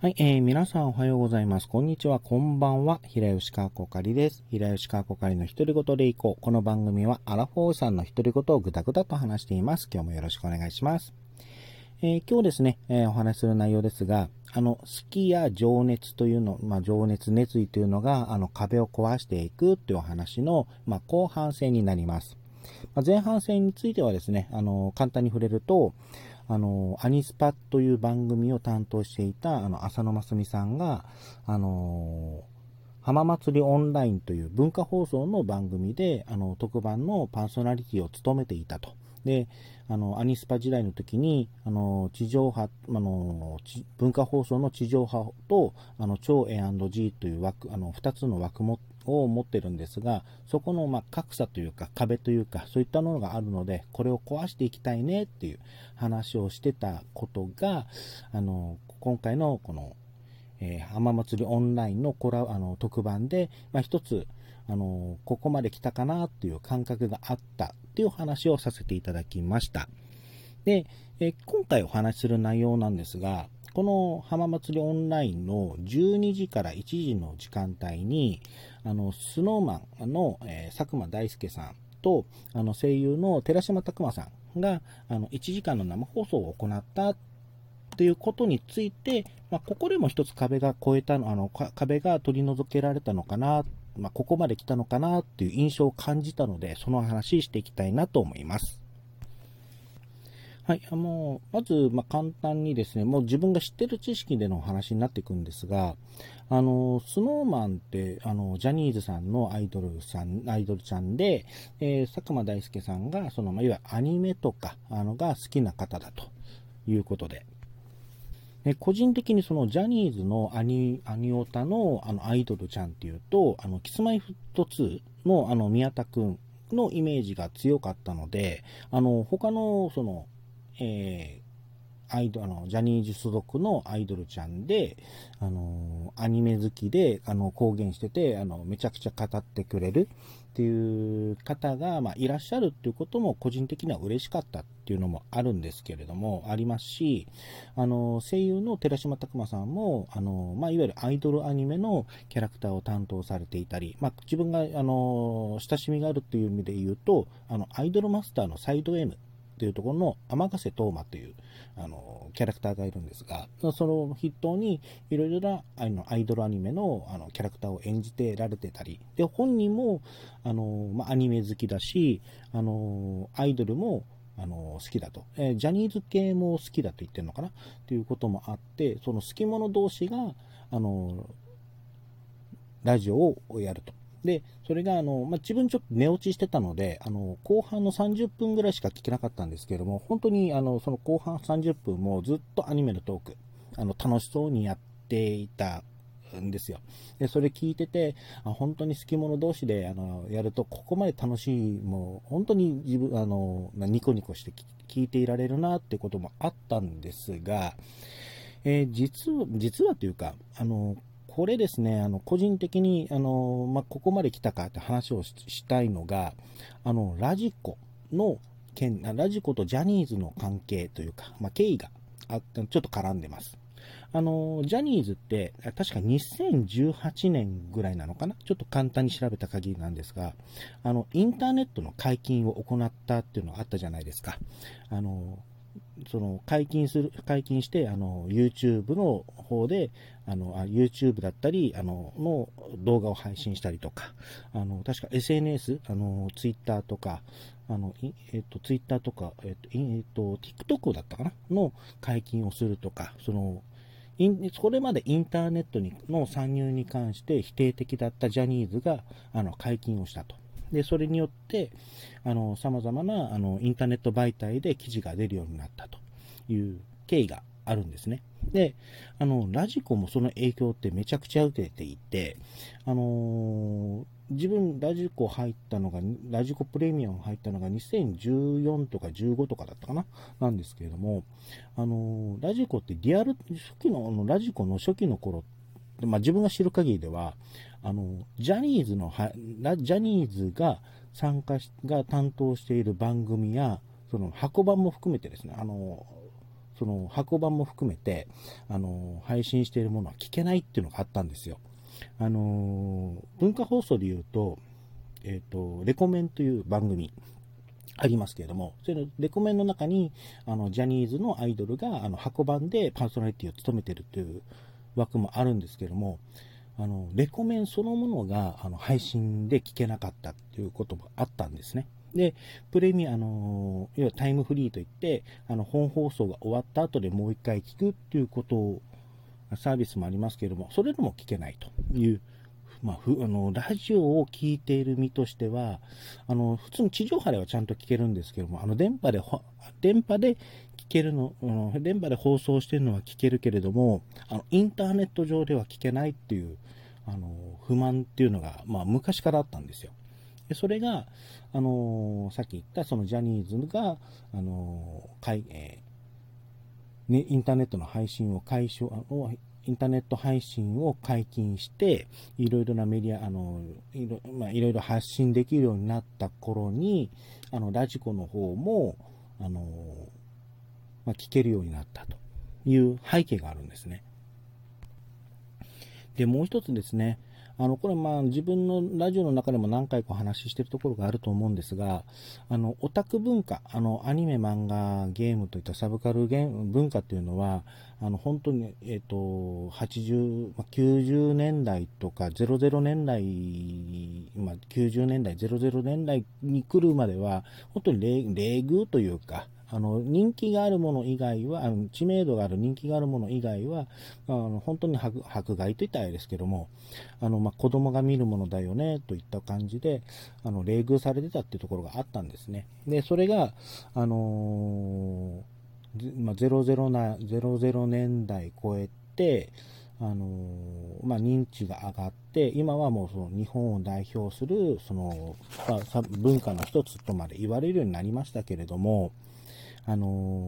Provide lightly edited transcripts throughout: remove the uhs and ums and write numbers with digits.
はい、皆さんおはようございます。こんにちは、こんばんは。平吉川こかりです。平吉川こかりの独り言でいこう。この番組はアラフォーさんの独り言をぐだぐだと話しています。今日もよろしくお願いします。今日ですね、お話しする内容ですが、好きや情熱というの、情熱、熱意というのが、壁を壊していくというお話の、後半戦になります。前半戦についてはですね、簡単に触れると、アニスパという番組を担当していた、浅野真澄さんが、浜祭りオンラインという文化放送の番組で、特番のパーソナリティを務めていたと。で、アニスパ時代の時に、地上波、文化放送の地上波と、超 A&G という枠、2つの枠を持ってるんですが、そこの格差というか壁というかそういったものがあるので、これを壊していきたいねっていう話をしてたことが、今回のこの、浜祭りオンラインの特番で、一つ、ここまで来たかなっていう感覚があったっていう話をさせていただきました。で、今回お話しする内容なんですが、この浜祭りオンラインの12時から1時の時間帯に、スノーマンの、佐久間大介さんと、声優の寺島拓磨さんが、1時間の生放送を行ったっていうことについて、ここでも一つ壁が壁が取り除けられたのかな、ここまで来たのかなっていう印象を感じたので、その話していきたいなと思います。はい、まず、簡単にですね、もう自分が知ってる知識でのお話になっていくんですが、スノーマンって、ジャニーズさんのアイドルちゃんで、佐久間大介さんが、いわゆるアニメとか、が好きな方だということで、個人的にそのジャニーズのアニオタのアイドルちゃんっていうと、キスマイフット2の宮田くんのイメージが強かったので、他のえジャニーズ所属のアイドルちゃんで、アニメ好きで、公言してて、めちゃくちゃ語ってくれるっていう方が、いらっしゃるっていうことも個人的には嬉しかったっていうのもあるんですけれども、ありますし、声優の寺島拓磨さんも、いわゆるアイドルアニメのキャラクターを担当されていたり、自分が、親しみがあるっていう意味で言うと、アイドルマスターのサイド M、というところの天ヶ瀬東馬というキャラクターがいるんですが、その筆頭にいろいろなアイドルアニメのキャラクターを演じてられてたり、で本人もアニメ好きだし、アイドルも好きだと、ジャニーズ系も好きだと言ってるのかなということもあって、その好き者同士がラジオをやると。で、それが自分ちょっと寝落ちしてたので、後半の30分ぐらいしか聞けなかったんですけれども、本当にその後半30分もずっとアニメのトーク、楽しそうにやっていたんですよ。で、それ聞いてて、本当に好き者同士でやると、ここまで楽しい、もう本当に自分、ニコニコして聞いていられるなってこともあったんですが、実はというか、これですね、個人的に、ここまで来たかって話をしたいのが、ラジコラジコとジャニーズの関係というか、経緯がちょっと絡んでます。ジャニーズって、確か2018年ぐらいなのかな、ちょっと簡単に調べた限りなんですが、インターネットの解禁を行ったっていうのがあったじゃないですか。解禁して、YouTube の方で、YouTube だったり、の動画を配信したりとか、確か SNS、Twitter とか、Twitter とか、TikTok だったかなの解禁をするとか、それまでインターネットの参入に関して否定的だったジャニーズが、解禁をしたと。で、それによって、様々な、インターネット媒体で記事が出るようになったという経緯があるんですね。で、ラジコもその影響ってめちゃくちゃ受けていて、自分、ラジコプレミアム入ったのが2014とか15とかだったかななんですけれども、ラジコって初期の、ラジコの初期の頃、自分が知る限りでは、ジャニーズが担当している番組や、その箱番も含めてですね、 その箱版も含めて、配信しているものは聞けないっていうのがあったんですよ。文化放送で言うと、レコメンという番組ありますけれども、それのレコメンの中に、ジャニーズのアイドルが、箱版でパーソナリティを務めているという枠もあるんですけれども、レコメンそのものが、配信で聞けなかったっていうこともあったんですね。で、プレミア、要はタイムフリーといって、本放送が終わった後でもう一回聞くっていうことを、サービスもありますけれども、それでも聞けないという、ラジオを聞いている身としては、普通に地上波ではちゃんと聞けるんですけども、電波で聞けるの、電波で放送しているのは聞けるけれども、インターネット上では聞けないっていう、不満っていうのが、昔からあったんですよ。でそれが、さっき言ったそのジャニーズが、インターネットの配信をインターネット配信を解禁して、いろいろなメディア、いろいろ発信できるようになった頃に、ラジコの方も、聞けるようになったという背景があるんですね。で、もう一つですね、これ自分のラジオの中でも何回かお話ししているところがあると思うんですが、オタク文化、アニメ、漫画、ゲームといったサブカル文化っていうのは、本当に、80、90年代とか00年代、90年代、00年代に来るまでは、本当に冷遇というか、人気があるもの以外は、知名度がある人気があるもの以外は、本当に迫害といったらあれですけども、子供が見るものだよね、といった感じで、冷遇されてたっていうところがあったんですね。で、それが、00年代超えて、認知が上がって、今はもうその日本を代表する、文化の一つとまで言われるようになりましたけれども、さっき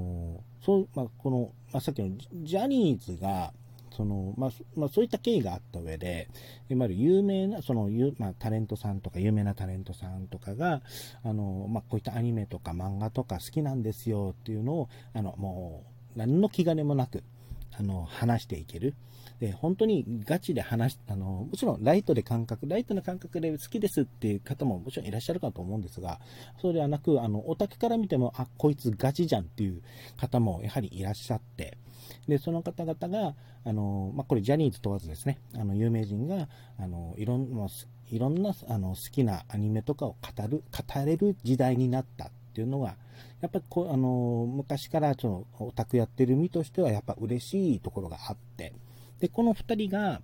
のジャニーズが、そういった経緯があった上で、いわゆる有名な、タレントさんとか、有名なタレントさんとかが、こういったアニメとか漫画とか好きなんですよっていうのを、もう、何の気兼ねもなく、話していける。で、本当にガチでもちろんライトな感覚で好きですっていう方ももちろんいらっしゃるかと思うんですが、そうではなく、オタクから見ても、こいつガチじゃんっていう方もやはりいらっしゃって、で、その方々が、これジャニーズ問わずですね、有名人が、いろんな好きなアニメとかを語れる時代になったっていうのが、やっぱり昔からオタクやってる身としてはやっぱ嬉しいところがあって、で、この2人が、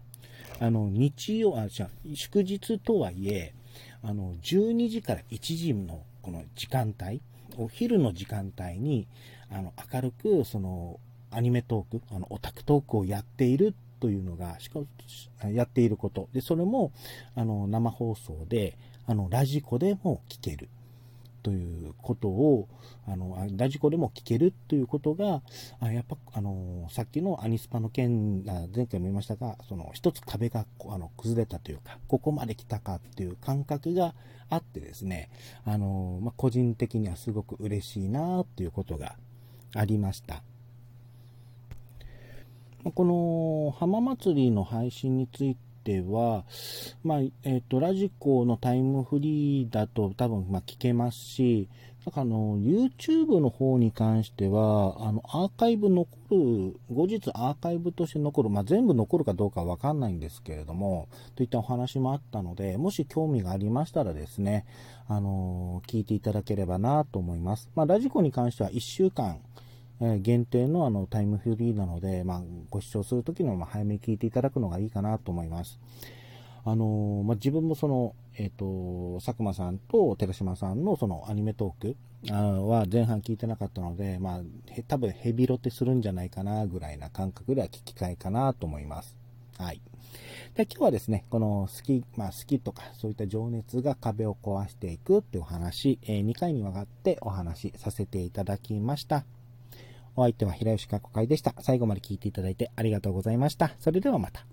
祝日とはいえ、12時から1時のこの時間帯、お昼の時間帯に、明るく、アニメトーク、オタクトークをやっているというのが、やっていること。で、それも、生放送で、ラジコでも聞ける。ということを、ラジコでも聞けるということが、やっぱ、さっきのアニスパの件、前回も言いましたが、一つ壁が、崩れたというか、ここまで来たかっていう感覚があってですね、個人的にはすごく嬉しいなということがありました。この浜祭りの配信については、ラジコのタイムフリーだと多分聞けますし、YouTube の方に関しては、アーカイブ後日アーカイブとして残る、全部残るかどうかわかんないんですけれども、といったお話もあったので、もし興味がありましたらですね、聞いていただければなと思います。ラジコに関しては1週間、限定のタイムフリーなので、ご視聴するときの早めに聞いていただくのがいいかなと思います。自分も佐久間さんと寺島さんのアニメトークは前半聞いてなかったので、多分ヘビロテするんじゃないかなぐらいな感覚では聞きたいかなと思います。はい。で、今日はですね、この好きとかそういった情熱が壁を壊していくっていうお話、2回にわたってお話しさせていただきました。お相手は平吉かこかいでした。最後まで聞いていただいてありがとうございました。それではまた。